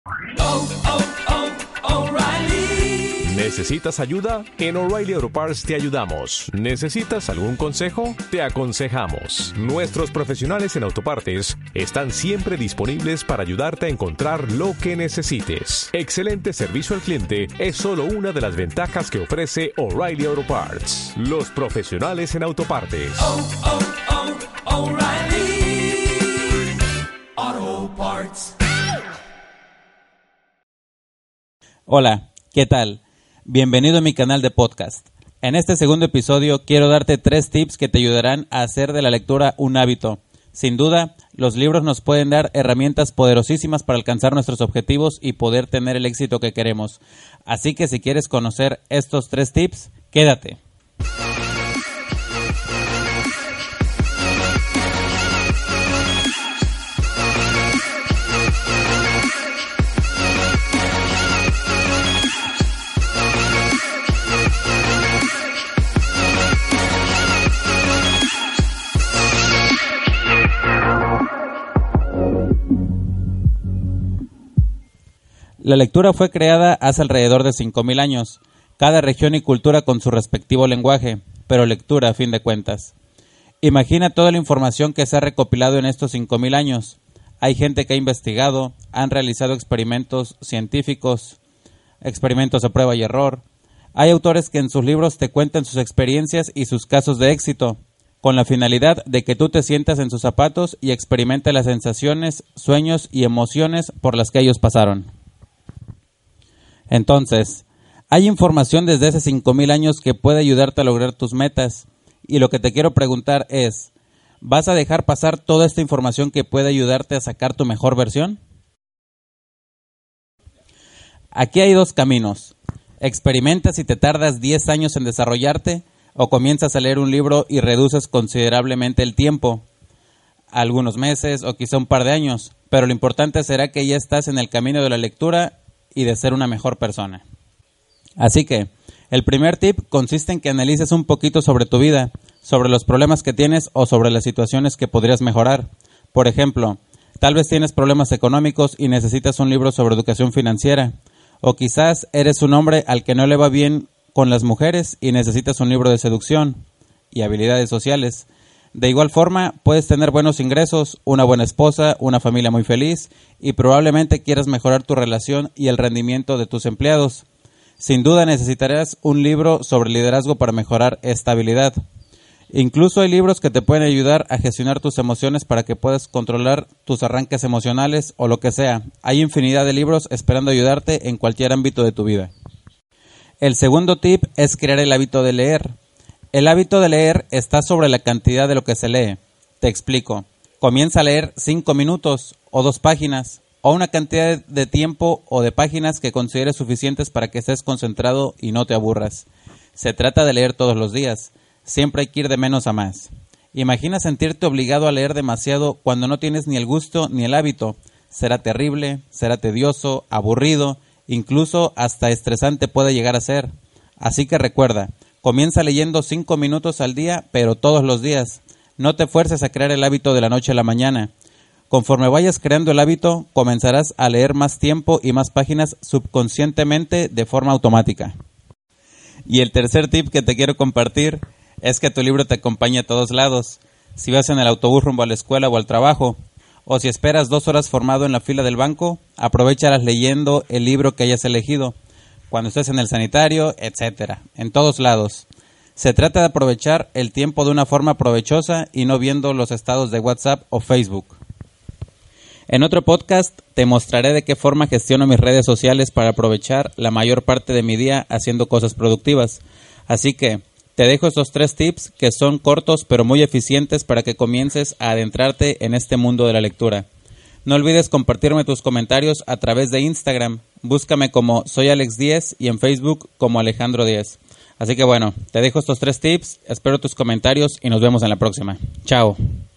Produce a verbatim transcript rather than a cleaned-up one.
Oh, oh, oh, O'Reilly. ¿Necesitas ayuda? En O'Reilly Auto Parts te ayudamos. ¿Necesitas algún consejo? Te aconsejamos. Nuestros profesionales en autopartes están siempre disponibles para ayudarte a encontrar lo que necesites. Excelente servicio al cliente es solo una de las ventajas que ofrece O'Reilly Auto Parts. Los profesionales en autopartes. Oh, oh, oh, O'Reilly Auto Parts. Hola, ¿qué tal? Bienvenido a mi canal de podcast. En este segundo episodio quiero darte tres tips que te ayudarán a hacer de la lectura un hábito. Sin duda, los libros nos pueden dar herramientas poderosísimas para alcanzar nuestros objetivos y poder tener el éxito que queremos. Así que si quieres conocer estos tres tips, quédate. La lectura fue creada hace alrededor de cinco mil años, cada región y cultura con su respectivo lenguaje, pero lectura a fin de cuentas. Imagina toda la información que se ha recopilado en estos cinco mil años. Hay gente que ha investigado, han realizado experimentos científicos, experimentos a prueba y error. Hay autores que en sus libros te cuentan sus experiencias y sus casos de éxito, con la finalidad de que tú te sientas en sus zapatos y experimentes las sensaciones, sueños y emociones por las que ellos pasaron. Entonces, hay información desde hace cinco mil años que puede ayudarte a lograr tus metas. Y lo que te quiero preguntar es, ¿vas a dejar pasar toda esta información que puede ayudarte a sacar tu mejor versión? Aquí hay dos caminos. Experimentas si te tardas diez años en desarrollarte, o comienzas a leer un libro y reduces considerablemente el tiempo, algunos meses o quizá un par de años, pero lo importante será que ya estás en el camino de la lectura y de ser una mejor persona. Así que, el primer tip consiste en que analices un poquito sobre tu vida, sobre los problemas que tienes o sobre las situaciones que podrías mejorar. Por ejemplo, tal vez tienes problemas económicos y necesitas un libro sobre educación financiera, o quizás eres un hombre al que no le va bien con las mujeres y necesitas un libro de seducción y habilidades sociales. De igual forma, puedes tener buenos ingresos, una buena esposa, una familia muy feliz y probablemente quieras mejorar tu relación y el rendimiento de tus empleados. Sin duda necesitarás un libro sobre liderazgo para mejorar esta habilidad. Incluso hay libros que te pueden ayudar a gestionar tus emociones para que puedas controlar tus arranques emocionales o lo que sea. Hay infinidad de libros esperando ayudarte en cualquier ámbito de tu vida. El segundo tip es crear el hábito de leer. El hábito de leer está sobre la cantidad de lo que se lee. Te explico. Comienza a leer cinco minutos o dos páginas o una cantidad de tiempo o de páginas que consideres suficientes para que estés concentrado y no te aburras. Se trata de leer todos los días. Siempre hay que ir de menos a más. Imagina sentirte obligado a leer demasiado cuando no tienes ni el gusto ni el hábito. Será terrible, será tedioso, aburrido, incluso hasta estresante puede llegar a ser. Así que recuerda, comienza leyendo cinco minutos al día, pero todos los días. No te fuerces a crear el hábito de la noche a la mañana. Conforme vayas creando el hábito, comenzarás a leer más tiempo y más páginas subconscientemente de forma automática. Y el tercer tip que te quiero compartir es que tu libro te acompañe a todos lados. Si vas en el autobús rumbo a la escuela o al trabajo, o si esperas dos horas formado en la fila del banco, aprovéchalas leyendo el libro que hayas elegido. Cuando estés en el sanitario, etcétera, en todos lados. Se trata de aprovechar el tiempo de una forma provechosa y no viendo los estados de WhatsApp o Facebook. En otro podcast te mostraré de qué forma gestiono mis redes sociales para aprovechar la mayor parte de mi día haciendo cosas productivas. Así que te dejo estos tres tips que son cortos pero muy eficientes para que comiences a adentrarte en este mundo de la lectura. No olvides compartirme tus comentarios a través de Instagram. Búscame como soy Alex diez y en Facebook como Alejandro diez. Así que bueno, te dejo estos tres tips, espero tus comentarios y nos vemos en la próxima. Chao.